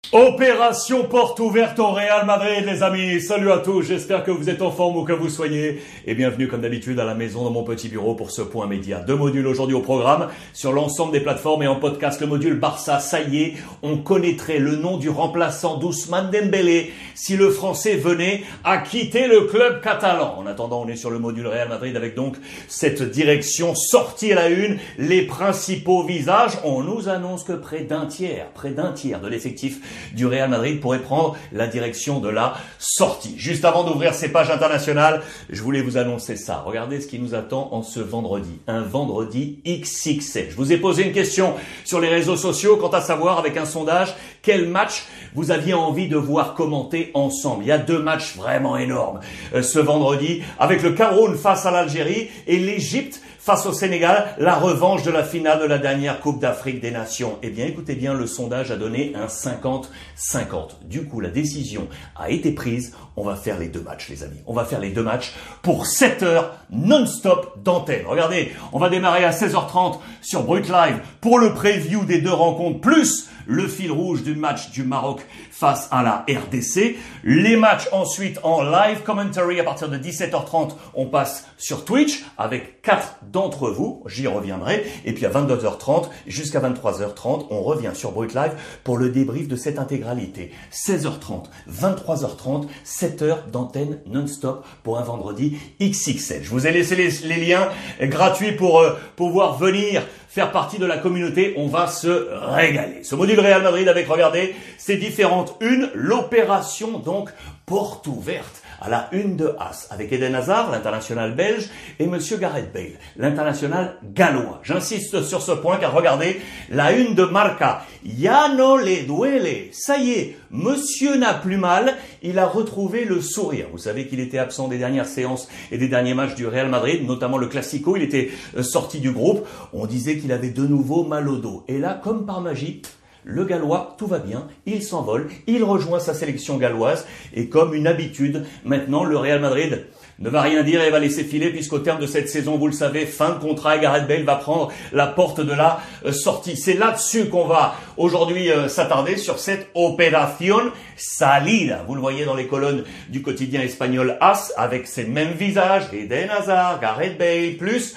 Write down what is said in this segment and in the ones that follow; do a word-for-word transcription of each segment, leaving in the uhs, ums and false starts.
Opération porte ouverte au Real Madrid, les amis. Salut à tous, j'espère que vous êtes en forme ou que vous soyez. Et bienvenue comme d'habitude à la maison dans mon petit bureau pour ce point média. Deux modules aujourd'hui au programme sur l'ensemble des plateformes et en podcast. Le module Barça, ça y est, on connaîtrait le nom du remplaçant d'Ousmane Dembélé si le Français venait à quitter le club catalan. En attendant, on est sur le module Real Madrid avec donc cette direction sortie à la une, les principaux visages. On nous annonce que près d'un tiers, près d'un tiers de l'effectif du Real Madrid pourrait prendre la direction de la sortie. Juste avant d'ouvrir ces pages internationales, je voulais vous annoncer ça. Regardez ce qui nous attend en ce vendredi. Un vendredi X X L. Je vous ai posé une question sur les réseaux sociaux quant à savoir, avec un sondage, quel match vous aviez envie de voir commenter ensemble. Il y a deux matchs vraiment énormes euh, ce vendredi, avec le Cameroun face à l'Algérie et l'Égypte face au Sénégal, la revanche de la finale de la dernière Coupe d'Afrique des Nations. Eh bien, écoutez bien, le sondage a donné un cinquante cinquante. Du coup, la décision a été prise. On va faire les deux matchs, les amis. On va faire les deux matchs pour sept heures non-stop d'antenne. Regardez, on va démarrer à seize heures trente sur Brut Live pour le preview des deux rencontres, plus le fil rouge du match du Maroc face à la R D C. Les matchs ensuite en live commentary à partir de dix-sept heures trente. On passe sur Twitch avec quatre d'entre vous. J'y reviendrai. Et puis à vingt-deux heures trente jusqu'à vingt-trois heures trente, on revient sur Brut Live pour le débrief de cette intégralité. seize heures trente, vingt-trois heures trente, sept heures d'antenne non-stop pour un vendredi X X L. Je vous ai laissé les, les liens gratuits pour euh, pouvoir venir faire partie de la communauté. On va se régaler. Ce module Real Madrid avec, regardez, ces différentes unes. L'opération donc porte ouverte à la une de As avec Eden Hazard, l'international belge, et Monsieur Gareth Bale, l'international gallois. J'insiste sur ce point car regardez, la une de Marca, ya no le duele. Ça y est, Monsieur n'a plus mal, il a retrouvé le sourire. Vous savez qu'il était absent des dernières séances et des derniers matchs du Real Madrid, notamment le Classico, il était sorti du groupe. On disait qu'il avait de nouveau mal au dos. Et là, comme par magie, le Gallois, tout va bien, il s'envole, il rejoint sa sélection galloise et comme une habitude, maintenant le Real Madrid ne va rien dire et va laisser filer puisqu'au terme de cette saison, vous le savez, fin de contrat, Gareth Bale va prendre la porte de la euh, sortie. C'est là-dessus qu'on va aujourd'hui euh, s'attarder sur cette opération salida. Vous le voyez dans les colonnes du quotidien espagnol As avec ces mêmes visages, Eden Hazard, Gareth Bale, plus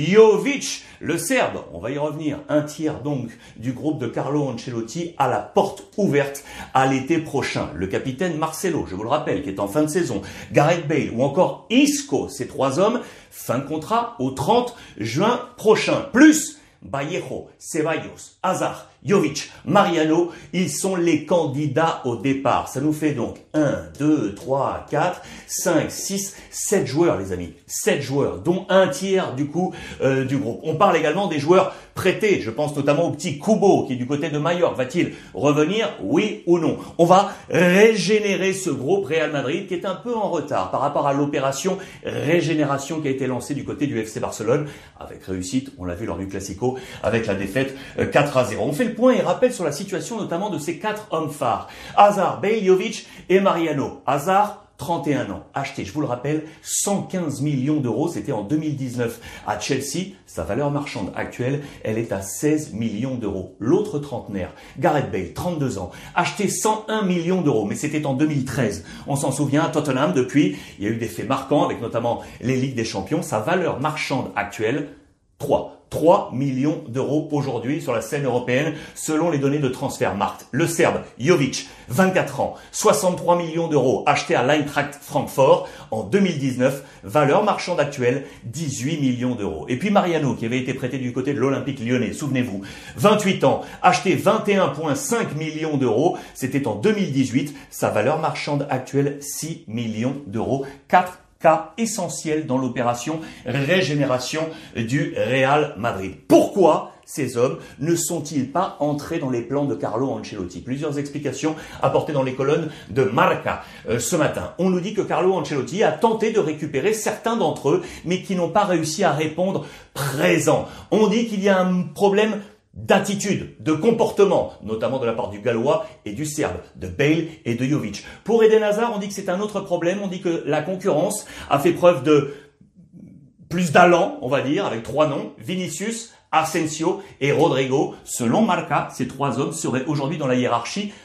Jovic, le Serbe. On va y revenir. Un tiers donc du groupe de Carlo Ancelotti à la porte ouverte à l'été prochain. Le capitaine Marcelo, je vous le rappelle, qui est en fin de saison, Gareth Bale ou encore Isco, ces trois hommes, fin de contrat au trente juin prochain. Plus Vallejo, Ceballos, Hazard, Jovic, Mariano, ils sont les candidats au départ. Ça nous fait donc un, deux, trois, quatre, cinq, six, sept joueurs, les amis. sept joueurs, dont un tiers du coup euh, du groupe. On parle également des joueurs prêtés. Je pense notamment au petit Kubo qui est du côté de Mallorca. Va-t-il revenir, oui ou non? On va régénérer ce groupe Real Madrid qui est un peu en retard par rapport à l'opération régénération qui a été lancée du côté du F C Barcelone avec réussite. On l'a vu lors du Classico avec la défaite quatre à zéro. On fait le point et rappel sur la situation notamment de ces quatre hommes phares. Hazard, Bale, Jovic et Mariano. Hazard, trente et un ans, acheté, je vous le rappelle, cent quinze millions d'euros, c'était en deux mille dix-neuf à Chelsea. Sa valeur marchande actuelle, elle est à seize millions d'euros. L'autre trentenaire, Gareth Bale, trente-deux ans, acheté cent un millions d'euros, mais c'était en deux mille treize. On s'en souvient, à Tottenham, depuis, il y a eu des faits marquants avec notamment les Ligues des Champions. Sa valeur marchande actuelle, trois. trois millions d'euros aujourd'hui sur la scène européenne selon les données de Transfermarkt. Le Serbe Jovic, vingt-quatre ans, soixante-trois millions d'euros acheté à l'Eintracht Francfort en deux mille dix-neuf, valeur marchande actuelle dix-huit millions d'euros. Et puis Mariano qui avait été prêté du côté de l'Olympique Lyonnais, souvenez-vous, vingt-huit ans, acheté vingt et un virgule cinq millions d'euros, c'était en deux mille dix-huit, sa valeur marchande actuelle six millions d'euros, quatre cas essentiel dans l'opération régénération du Real Madrid. Pourquoi ces hommes ne sont-ils pas entrés dans les plans de Carlo Ancelotti? Plusieurs explications apportées dans les colonnes de Marca euh, ce matin. On nous dit que Carlo Ancelotti a tenté de récupérer certains d'entre eux, mais qui n'ont pas réussi à répondre présent. On dit qu'il y a un problème d'attitude, de comportement, notamment de la part du Gallois et du Serbe, de Bale et de Jovic. Pour Eden Hazard, on dit que c'est un autre problème, on dit que la concurrence a fait preuve de plus d'allant, on va dire, avec trois noms, Vinicius, Asensio et Rodrigo. Selon Marca, ces trois hommes seraient aujourd'hui dans la hiérarchie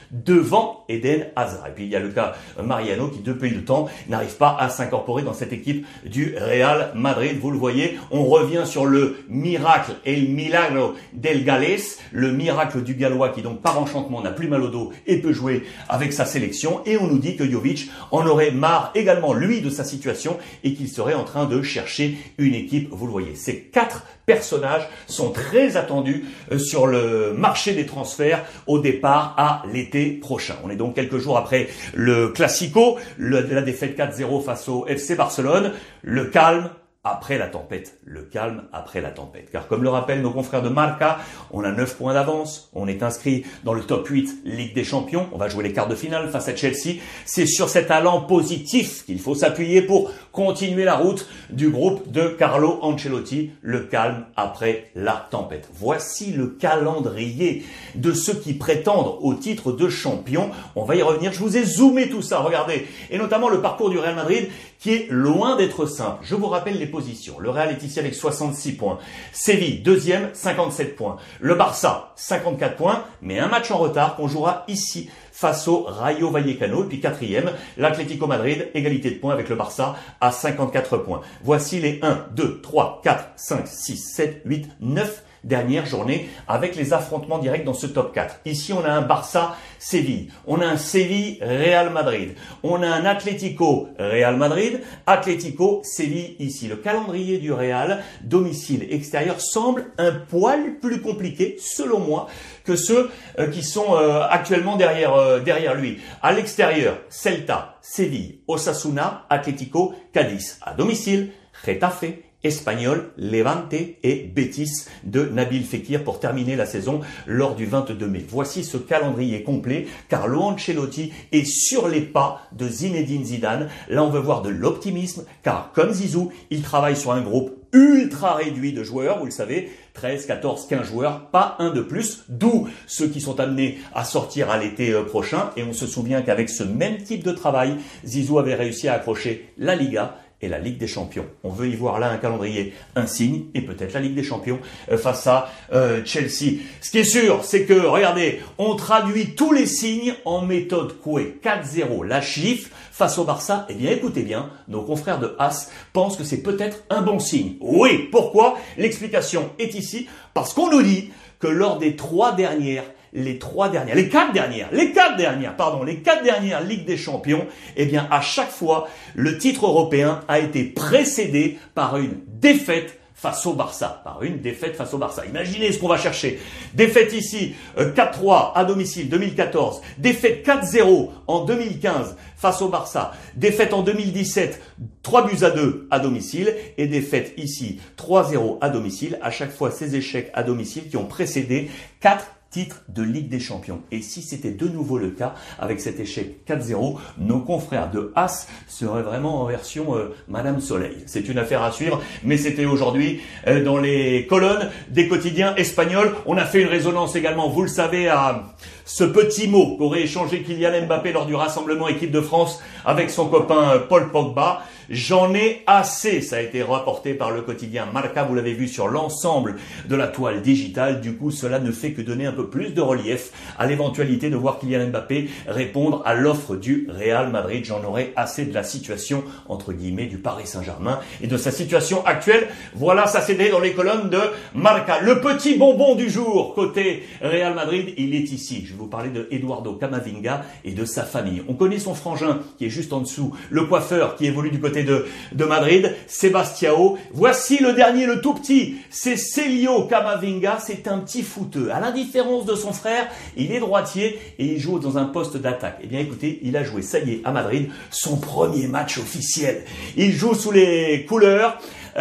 devant Eden Hazard. Et puis il y a le cas Mariano qui depuis le temps n'arrive pas à s'incorporer dans cette équipe du Real Madrid. Vous le voyez, on revient sur le miracle, el milagro del Galés, le miracle du Gallois qui donc par enchantement n'a plus mal au dos et peut jouer avec sa sélection. Et on nous dit que Jovic en aurait marre également lui de sa situation et qu'il serait en train de chercher une équipe. Vous le voyez, ces quatre personnages sont très attendus sur le marché des transferts au départ à l'été prochain. On est donc quelques jours après le Classico, le, la défaite quatre zéro face au F C Barcelone, le calme après la tempête, le calme après la tempête. Car comme le rappellent nos confrères de Marca, on a neuf points d'avance, on est inscrit dans le top huit Ligue des Champions, on va jouer les quarts de finale face à Chelsea. C'est sur cet allant positif qu'il faut s'appuyer pour continuer la route du groupe de Carlo Ancelotti, le calme après la tempête. Voici le calendrier de ceux qui prétendent au titre de champion. On va y revenir, je vous ai zoomé tout ça, regardez, et notamment le parcours du Real Madrid qui est loin d'être simple. Je vous rappelle les positions. Le Real est ici avec soixante-six points. Séville, deuxième, cinquante-sept points. Le Barça, cinquante-quatre points, mais un match en retard qu'on jouera ici face au Rayo Vallecano. Et puis quatrième, l'Atlético Madrid, égalité de points avec le Barça à cinquante-quatre points. Voici les un, deux, trois, quatre, cinq, six, sept, huit, neuf dernière journée avec les affrontements directs dans ce top quatre. Ici, on a un Barça-Séville, on a un Séville-Real Madrid, on a un Atlético-Real Madrid, Atlético-Séville ici. Le calendrier du Real, domicile-extérieur, semble un poil plus compliqué, selon moi, que ceux euh, qui sont euh, actuellement derrière, euh, derrière lui. À l'extérieur, Celta, Séville, Osasuna, Atlético, Cadiz. À domicile, Getafe, Espagnol, Levante et Betis de Nabil Fekir pour terminer la saison lors du vingt-deux mai. Voici ce calendrier complet. Carlo Ancelotti est sur les pas de Zinedine Zidane. Là, on veut voir de l'optimisme car comme Zizou, il travaille sur un groupe ultra réduit de joueurs, vous le savez, treize, quatorze, quinze joueurs, pas un de plus, d'où ceux qui sont amenés à sortir à l'été prochain. Et on se souvient qu'avec ce même type de travail, Zizou avait réussi à accrocher la Liga et la Ligue des Champions. On veut y voir là un calendrier insigne et peut-être la Ligue des Champions face à euh, Chelsea. Ce qui est sûr, c'est que, regardez, on traduit tous les signes en méthode Coué. quatre zéro, la chiffre face au Barça. Eh bien, écoutez bien, nos confrères de As pensent que c'est peut-être un bon signe. Oui, pourquoi? L'explication est ici, parce qu'on nous dit que lors des trois dernières les trois dernières, les quatre dernières, les quatre dernières, pardon, les quatre dernières Ligues des Champions, eh bien, à chaque fois, le titre européen a été précédé par une défaite face au Barça, par une défaite face au Barça. Imaginez ce qu'on va chercher. Défaite ici, euh, quatre trois à domicile, deux mille quatorze. Défaite quatre zéro en deux mille quinze face au Barça. Défaite en deux mille dix-sept, trois buts à deux à domicile. Et défaite ici, trois zéro à domicile. À chaque fois, ces échecs à domicile qui ont précédé quatre titre de Ligue des Champions. Et si c'était de nouveau le cas avec cet échec quatre zéro, nos confrères de As seraient vraiment en version euh, Madame Soleil. C'est une affaire à suivre, mais c'était aujourd'hui euh, dans les colonnes des quotidiens espagnols. On a fait une résonance également, vous le savez, à ce petit mot qu'aurait échangé Kylian Mbappé lors du rassemblement équipe de France avec son copain euh, Paul Pogba. J'en ai assez, ça a été rapporté par le quotidien Marca, vous l'avez vu sur l'ensemble de la toile digitale. Du coup, cela ne fait que donner un peu plus de relief à l'éventualité de voir Kylian Mbappé répondre à l'offre du Real Madrid. J'en aurai assez de la situation, entre guillemets, du Paris Saint-Germain et de sa situation actuelle. Voilà, ça c'était dans les colonnes de Marca. Le petit bonbon du jour, côté Real Madrid, il est ici. Je vais vous parler de Eduardo Camavinga et de sa famille. On connaît son frangin qui est juste en dessous, le coiffeur qui évolue du côté De, de Madrid, Sebastião. Voici le dernier, le tout petit, c'est Celio Camavinga, c'est un petit footeux. À l'indifférence de son frère, il est droitier et il joue dans un poste d'attaque. Eh bien écoutez, il a joué, ça y est, à Madrid, son premier match officiel. Il joue sous les couleurs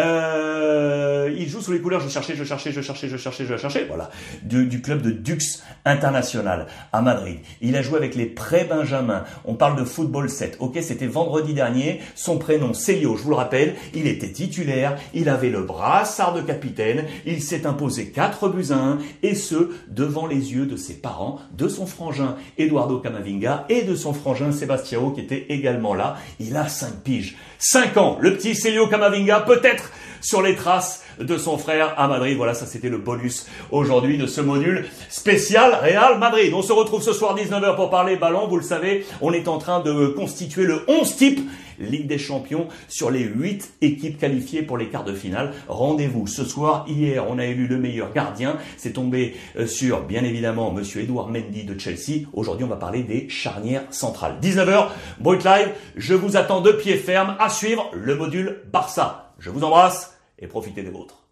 Euh, il joue sous les couleurs, je cherchais, je cherchais, je cherchais, je cherchais, je cherchais, voilà, du, du club de Dux International à Madrid. Il a joué avec les pré-benjamins. On parle de football sept. Ok, c'était vendredi dernier. Son prénom, Celio, je vous le rappelle, il était titulaire, il avait le brassard de capitaine, il s'est imposé quatre buts à un, et ce, devant les yeux de ses parents, de son frangin Eduardo Camavinga et de son frangin Sebastião qui était également là. Il a cinq piges. cinq ans, le petit Celio Camavinga, peut-être remettre sur les traces de son frère à Madrid. Voilà, ça c'était le bonus aujourd'hui de ce module spécial Real Madrid. On se retrouve ce soir dix-neuf heures pour parler ballon. Vous le savez, on est en train de constituer le onze type Ligue des Champions sur les huit équipes qualifiées pour les quarts de finale. Rendez-vous ce soir. Hier, on a élu le meilleur gardien. C'est tombé sur, bien évidemment, monsieur Edouard Mendy de Chelsea. Aujourd'hui, on va parler des charnières centrales. dix-neuf heures, Brut Live. Je vous attends de pied ferme à suivre le module Barça. Je vous embrasse et profitez des vôtres.